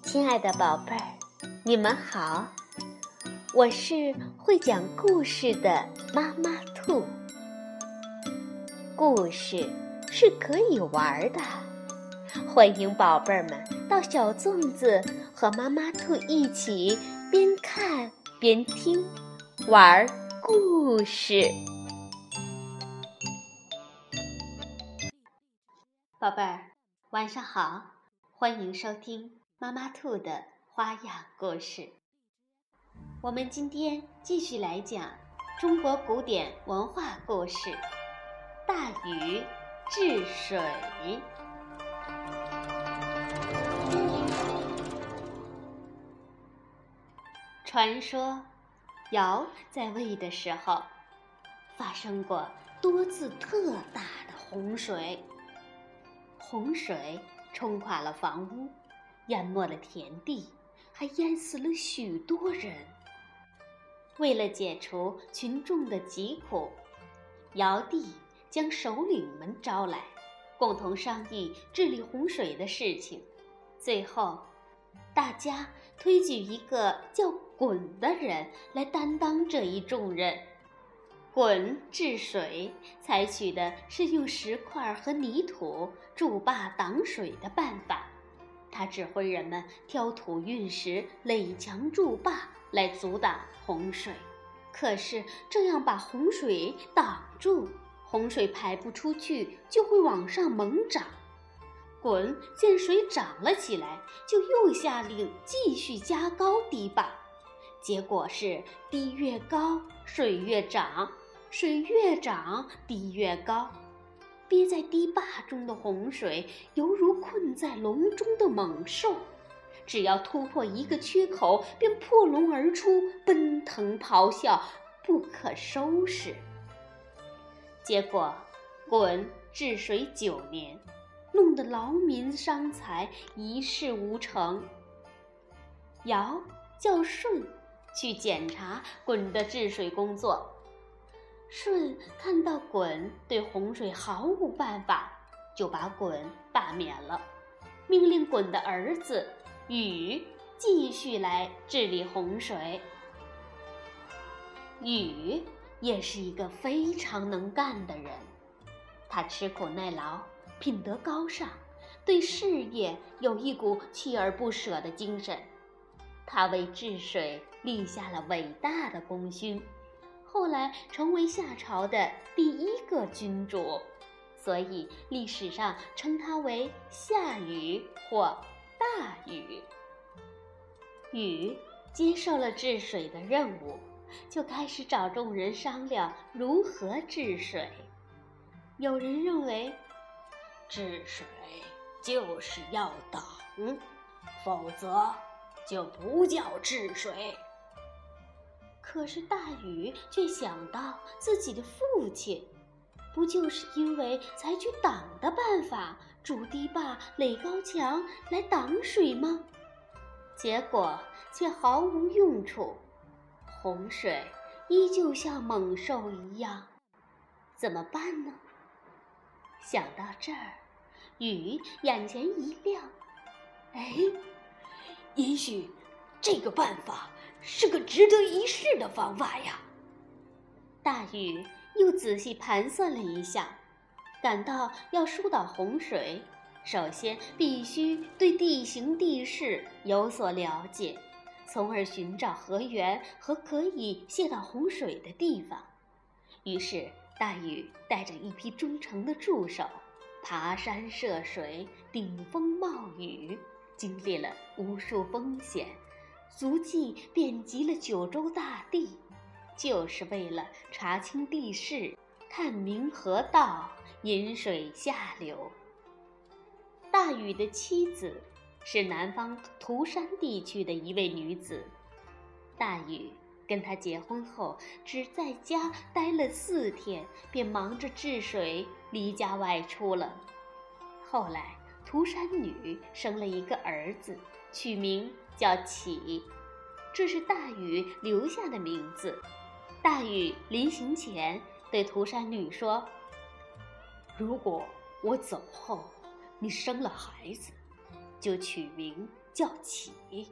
亲爱的宝贝儿，你们好，我是会讲故事的妈妈兔。故事是可以玩的，欢迎宝贝儿们到小粽子和妈妈兔一起边看边听，玩故事。宝贝儿，晚上好，欢迎收听妈妈兔的花样故事。我们今天继续来讲中国古典文化故事《大禹治水》。传说尧在位的时候，发生过多次特大的洪水，洪水冲垮了房屋，淹没了田地，还淹死了许多人。为了解除群众的疾苦，尧帝将首领们招来，共同商议治理洪水的事情。最后，大家推举一个叫鲧的人来担当这一重任。鲧治水采取的是用石块和泥土筑坝挡水的办法，他指挥人们挑土运石、垒墙筑坝来阻挡洪水。可是这样把洪水挡住，洪水排不出去，就会往上猛涨。鲧见水涨了起来，就又下令继续加高堤坝，结果是堤越高，水越涨，水越涨，堤越高。憋在堤坝中的洪水犹如困在笼中的猛兽，只要突破一个缺口，便破笼而出，奔腾咆哮，不可收拾。结果鲧治水9年，弄得劳民伤财，一事无成。尧叫舜去检查鲧的治水工作。舜看到鲧对洪水毫无办法，就把鲧罢免了，命令鲧的儿子禹继续来治理洪水。禹也是一个非常能干的人，他吃苦耐劳，品德高尚，对事业有一股锲而不舍的精神。他为治水立下了伟大的功勋，后来成为夏朝的第1个君主，所以历史上称他为夏禹或大禹。禹接受了治水的任务，就开始找众人商量如何治水。有人认为，治水就是要挡，否则就不叫治水。可是大禹却想到自己的父亲，不就是因为采取挡的办法，筑堤坝、垒高墙来挡水吗？结果却毫无用处，洪水依旧像猛兽一样。怎么办呢？想到这儿，禹眼前一亮，也许这个办法是个值得一试的方法呀。大禹又仔细盘算了一下，感到要疏导洪水，首先必须对地形地势有所了解，从而寻找河源和可以泄导洪水的地方。于是大禹带着一批忠诚的助手，爬山涉水，顶风冒雨，经历了无数风险，足迹遍及了9州大地，就是为了查清地势，探明河道，引水下流。大禹的妻子是南方涂山地区的一位女子，大禹跟她结婚后，只在家待了4天，便忙着治水，离家外出了。后来涂山女生了一个儿子，取名叫启，这是大禹留下的名字。大禹临行前对涂山女说，如果我走后你生了孩子，就取名叫启。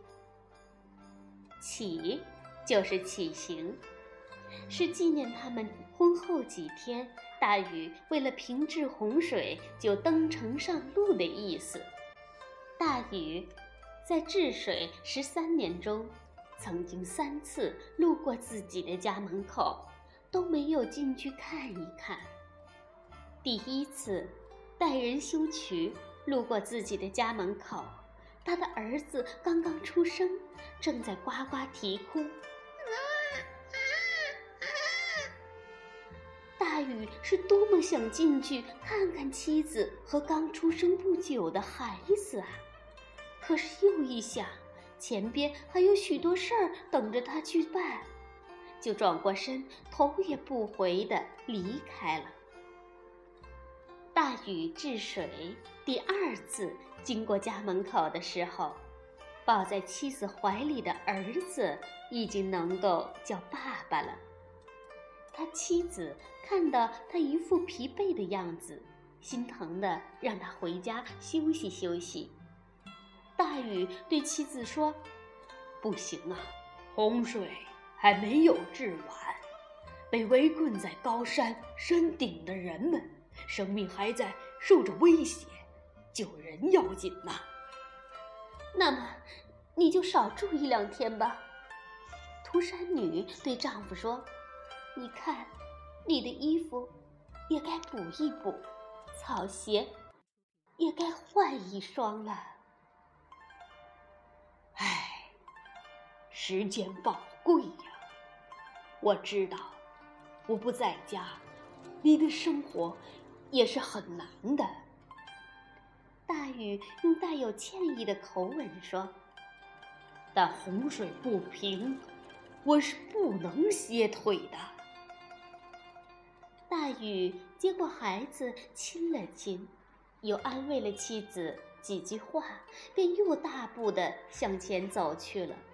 启就是启行，是纪念他们婚后几天，大禹为了平治洪水就登城上路的意思。大禹在治水13年中，曾经3次路过自己的家门口，都没有进去看一看。第1次带人修渠，路过自己的家门口，他的儿子刚刚出生，正在呱呱啼哭。大禹是多么想进去看看妻子和刚出生不久的孩子啊！可是又一想，前边还有许多事儿等着他去办，就转过身，头也不回地离开了。大禹治水第2次经过家门口的时候，抱在妻子怀里的儿子已经能够叫爸爸了。他妻子看到他一副疲惫的样子，心疼地让他回家休息休息。大禹对妻子说：“不行啊，洪水还没有治完，被围困在高山山顶的人们生命还在受着威胁，救人要紧呐。那么你就少住1、2天吧。”涂山女对丈夫说：“你看，你的衣服也该补一补，草鞋也该换1双了。”唉，时间宝贵呀！我知道，我不在家，你的生活也是很难的。大禹用带有歉意的口吻说：“但洪水不平，我是不能歇腿的。”大禹接过孩子亲了亲，又安慰了妻子几句话，便又大步地向前走去了。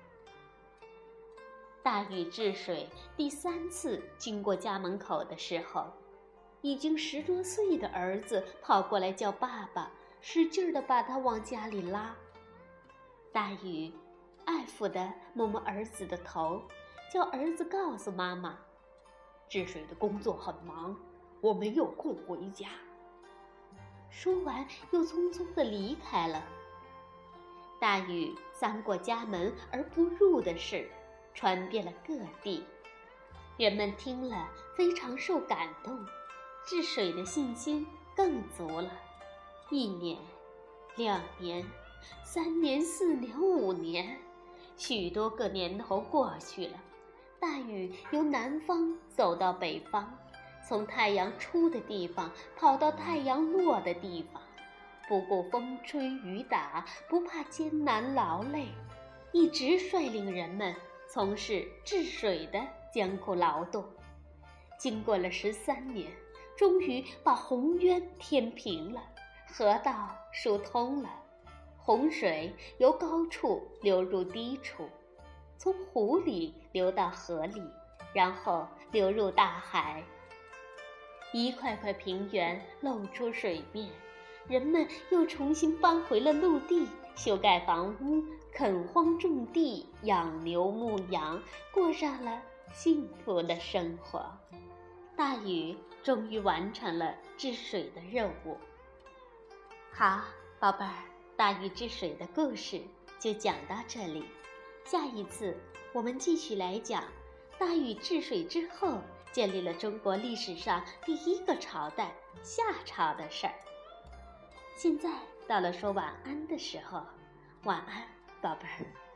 大禹治水第3次经过家门口的时候，已经10多岁的儿子跑过来叫爸爸，使劲地把他往家里拉。大禹爱抚地摸摸儿子的头，叫儿子告诉妈妈，治水的工作很忙，我没有空回家。说完又匆匆地离开了。大禹三过家门而不入的事传遍了各地，人们听了非常受感动，治水的信心更足了。1年、2年、3年、4年、5年，许多个年头过去了，大禹由南方走到北方，从太阳出的地方跑到太阳落的地方，不顾风吹雨打，不怕艰难劳累，一直率领人们从事治水的艰苦劳动。经过了13年，终于把洪渊填平了，河道疏通了，洪水由高处流入低处，从湖里流到河里，然后流入大海。一块块平原露出水面，人们又重新搬回了陆地，修盖房屋，垦荒种地，养牛牧羊，过上了幸福的生活。大禹终于完成了治水的任务。好，宝贝儿，大禹治水的故事就讲到这里。下一次我们继续来讲大禹治水之后建立了中国历史上第1个朝代夏朝的事儿。现在到了说晚安的时候，晚安，宝贝儿。